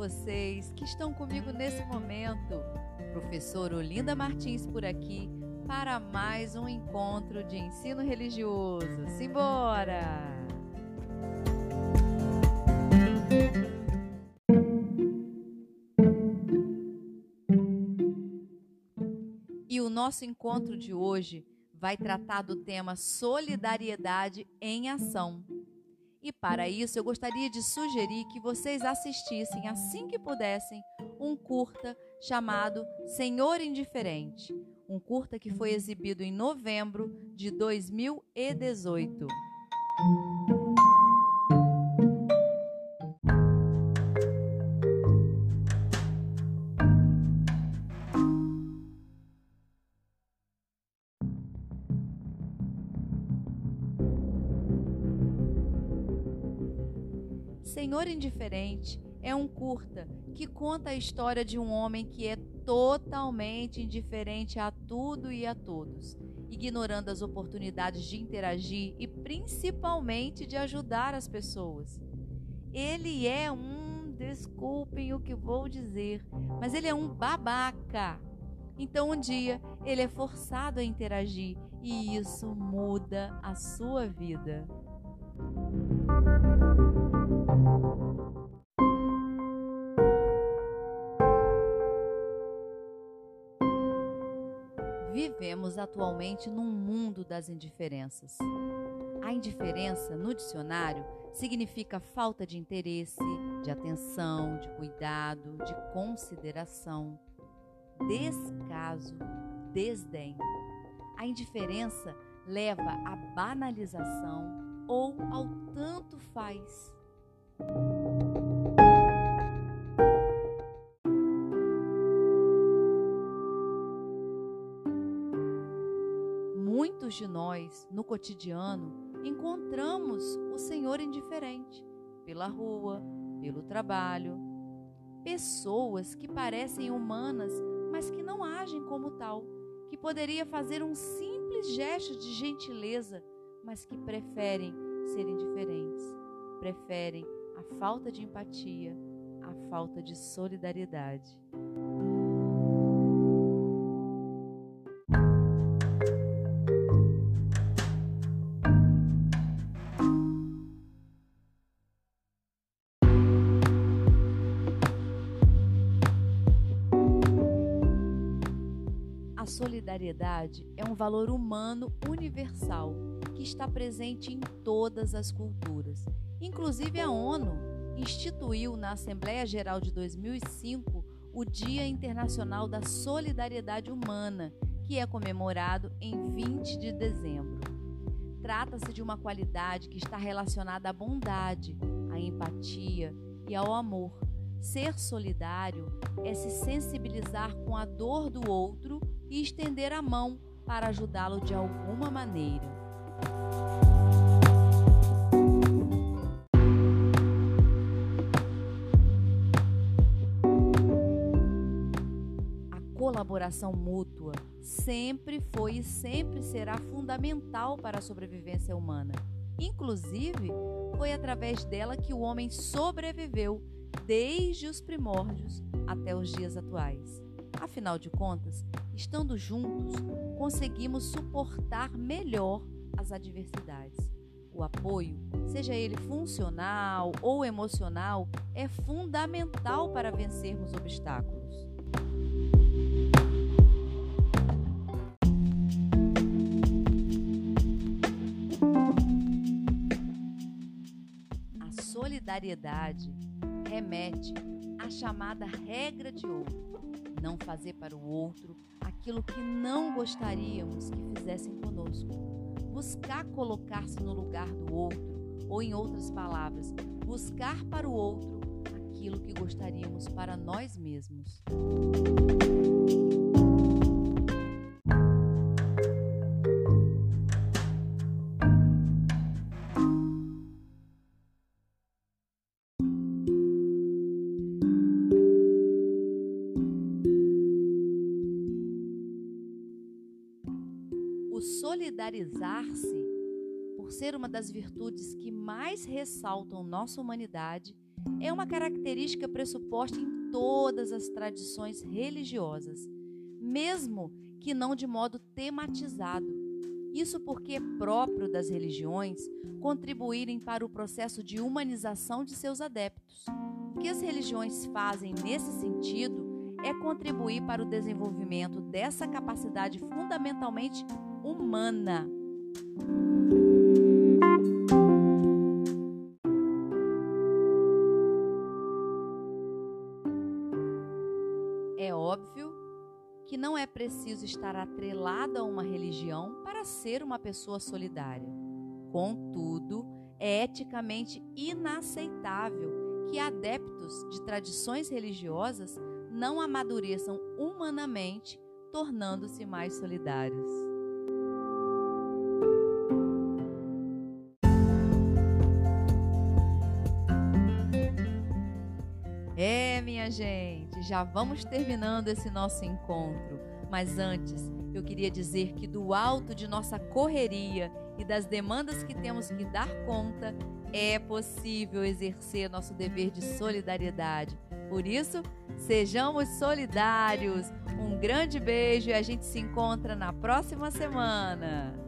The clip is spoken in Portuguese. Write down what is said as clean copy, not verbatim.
vocês que estão comigo nesse momento. Professora Olinda Martins por aqui para mais um encontro de ensino religioso. Simbora! E o nosso encontro de hoje vai tratar do tema solidariedade em ação. E para isso eu gostaria de sugerir que vocês assistissem, assim que pudessem, um curta chamado Senhor Indiferente. Um curta que foi exibido em novembro de 2018. Senhor Indiferente é um curta que conta a história de um homem que é totalmente indiferente a tudo e a todos, ignorando as oportunidades de interagir e principalmente de ajudar as pessoas. Ele é desculpem o que vou dizer, mas ele é um babaca. Então um dia ele é forçado a interagir e isso muda a sua vida. Vivemos atualmente num mundo das indiferenças. A indiferença, no dicionário, significa falta de interesse, de atenção, de cuidado, de consideração, descaso, desdém. A indiferença leva à banalização ou ao tanto faz. Muitos de nós, no cotidiano, encontramos o Senhor indiferente pela rua, pelo trabalho. Pessoas que parecem humanas, mas que não agem como tal, que poderia fazer um simples gesto de gentileza, mas que preferem ser indiferentes, preferem a falta de empatia, a falta de solidariedade. A solidariedade é um valor humano universal que está presente em todas as culturas. Inclusive a ONU instituiu na Assembleia Geral de 2005 o Dia Internacional da Solidariedade Humana, que é comemorado em 20 de dezembro. Trata-se de uma qualidade que está relacionada à bondade, à empatia e ao amor. Ser solidário é se sensibilizar com a dor do outro e estender a mão para ajudá-lo de alguma maneira. A colaboração mútua sempre foi e sempre será fundamental para a sobrevivência humana. Inclusive, foi através dela que o homem sobreviveu desde os primórdios até os dias atuais. Afinal de contas, estando juntos, conseguimos suportar melhor as adversidades. O apoio, seja ele funcional ou emocional, é fundamental para vencermos obstáculos. A solidariedade remete à chamada regra de ouro. Não fazer para o outro aquilo que não gostaríamos que fizessem conosco. Buscar colocar-se no lugar do outro, ou em outras palavras, buscar para o outro aquilo que gostaríamos para nós mesmos. O solidarizar-se, por ser uma das virtudes que mais ressaltam nossa humanidade, é uma característica pressuposta em todas as tradições religiosas, mesmo que não de modo tematizado. Isso porque é próprio das religiões contribuírem para o processo de humanização de seus adeptos. O que as religiões fazem nesse sentido é contribuir para o desenvolvimento dessa capacidade fundamentalmente humana. É óbvio que não é preciso estar atrelado a uma religião para ser uma pessoa solidária. Contudo, é eticamente inaceitável que adeptos de tradições religiosas não amadureçam humanamente, tornando-se mais solidários. Minha gente, já vamos terminando esse nosso encontro, mas antes eu queria dizer que do alto de nossa correria e das demandas que temos que dar conta, é possível exercer nosso dever de solidariedade. Por isso, sejamos solidários. Um grande beijo e a gente se encontra na próxima semana.